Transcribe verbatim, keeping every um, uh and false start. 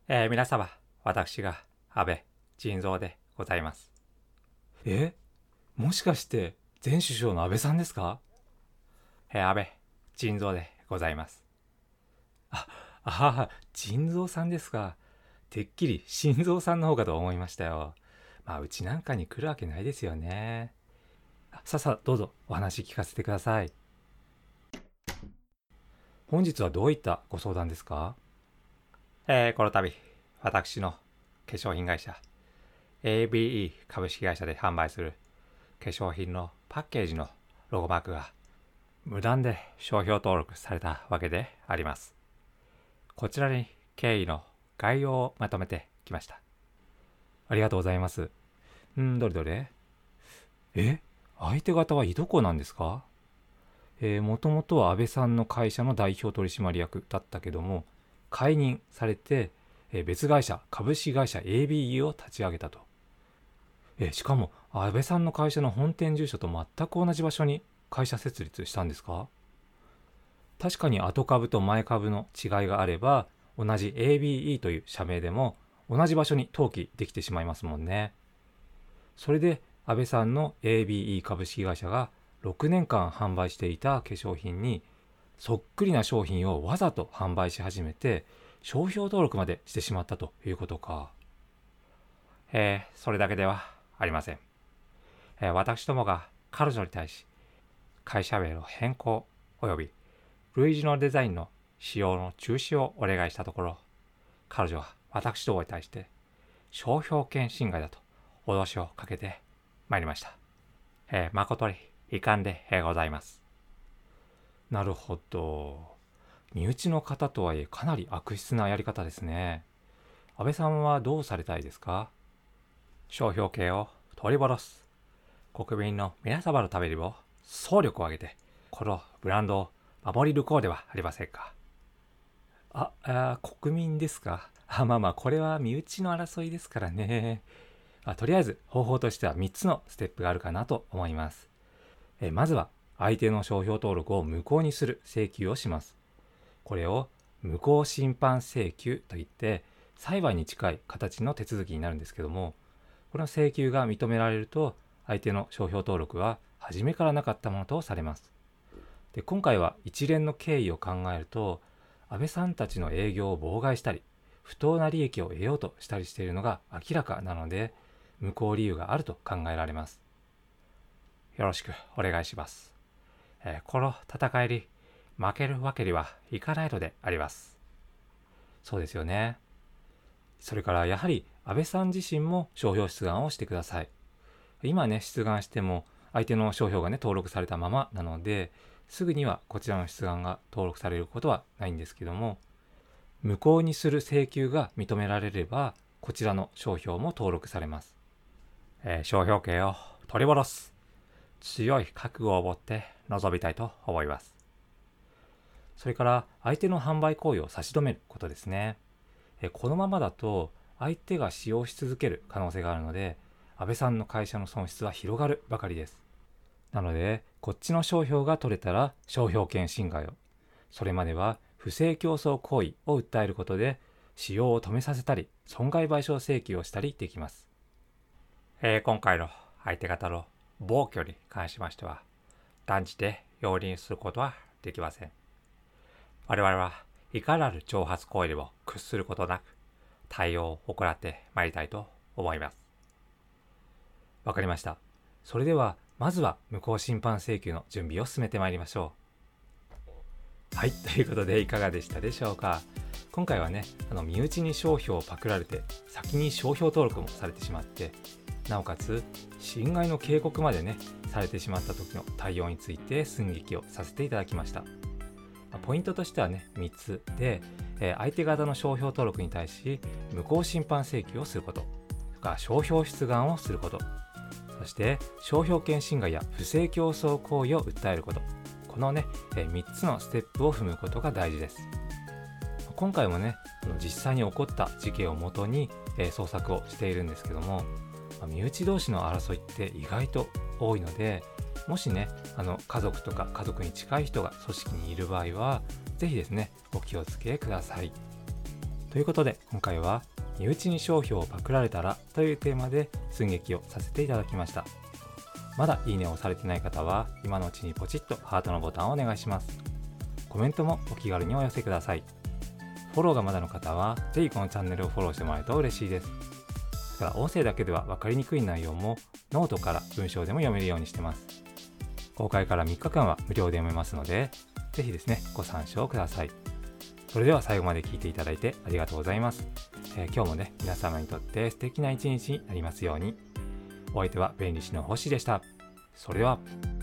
えー皆様、私が安倍晋三でございます。 え、もしかして前首相の安倍さんですか？ えー安倍晋三でございます。 ああ、腎臓さんですか。てっきり心臓さんの方かと思いましたよ。まあうちなんかに来るわけないですよね。あさあさあどうぞお話聞かせてください。本日はどういったご相談ですか？ えーこの度、私の化粧品会社 エービーイー 株式会社で販売する化粧品のパッケージのロゴマークが無断で商標登録されたわけであります。こちらに経緯の概要をまとめてきました。 ありがとうございます。んー、どれどれ。え、相手方はいとこなんですか？えー、もともとは安倍さんの会社の代表取締役だったけども、解任されて、えー別会社株式会社 エービーイー を立ち上げたと。えーしかも安倍さんの会社の本店住所と全く同じ場所に会社設立したんですか？確かに後株と前株の違いがあれば、同じ エービーイー という社名でも同じ場所に登記できてしまいますもんね。それで安倍さんの エービーイー 株式会社がろくねんかん販売していた化粧品にそっくりな商品をわざと販売し始めて商標登録までしてしまったということか。 えーそれだけではありません。えー私どもが彼女に対し会社名の変更及び類似のデザインの使用の中止をお願いしたところ、彼女は私どもに対して商標権侵害だと脅しをかけてまいりました。えー誠に遺憾でございます。 なるほど。身内の方とはいえかなり悪質なやり方ですね。安倍さんはどうされたいですか？ 商標権を取り戻す。国民の皆様のためにも総力を挙げて、このブランドを守り抜こうではありませんか。 あ、あー国民ですか。あ、まあまあ、これは身内の争いですからね。あとりあえず方法としてはみっつのステップがあるかなと思います。えまずは相手の商標登録を無効にする請求をします。これを無効審判請求といって裁判に近い形の手続きになるんですけども、この請求が認められると相手の商標登録は初めからなかったものとされます。で今回は一連の経緯を考えると、安倍さんたちの営業を妨害したり不当な利益を得ようとしたりしているのが明らかなので、無効理由があると考えられます。 よろしくお願いします。えーこの戦いに負けるわけにはいかないのであります。 そうですよね。それからやはり安倍さん自身も商標出願をしてください。今ね、出願しても相手の商標がね、登録されたままなので、すぐにはこちらの出願が登録されることはないんですけども、無効にする請求が認められれば、こちらの商標も登録されます。 えー商標権を取り戻す。強い覚悟を持って臨みたいと思います。 それから相手の販売行為を差し止めることですね。えこのままだと相手が使用し続ける可能性があるので、安倍さんの会社の損失は広がるばかりです。なので、こっちの商標が取れたら商標権侵害を、それまでは不正競争行為を訴えることで使用を止めさせたり損害賠償請求をしたりできます。 えー今回の相手方の暴挙に関しましては、断じて容認することはできません。我々はいかなる挑発行為にも屈することなく、対応を行ってまいりたいと思います。 わかりました。それではまずは無効審判請求の準備を進めてまいりましょう。はい、ということでいかがでしたでしょうか。今回はね、あの身内に商標をパクられて先に商標登録もされてしまって、なおかつ侵害の警告までねされてしまった時の対応について寸劇をさせていただきました。ポイントとしてはねみっつで、えー相手方の商標登録に対し無効審判請求をすること、それから商標出願をすること、そして商標権侵害や不正競争行為を訴えること、このね、えーみっつのステップを踏むことが大事です。今回もねあの実際に起こった事件をもとに、えー捜索をしているんですけども、まあ身内同士の争いって意外と多いので、もしねあの家族とか家族に近い人が組織にいる場合はぜひですねお気をつけください。とということで今回は身内に商標をパクられたらというテーマで寸劇をさせていただきました。まだいいねをされてない方は今のうちにポチッとハートのボタンをお願いします。コメントもお気軽にお寄せください。フォローがまだの方はぜひこのチャンネルをフォローしてもらえると嬉しいです。だから音声だけでは分かりにくい内容もノートから文章でも読めるようにしてます。公開からみっかかんは無料で読めますので、ぜひですねご参照ください。それでは最後まで聞いていただいてありがとうございます。えー、今日もね皆様にとって素敵な一日になりますように。お相手は弁理士の星でした。それでは。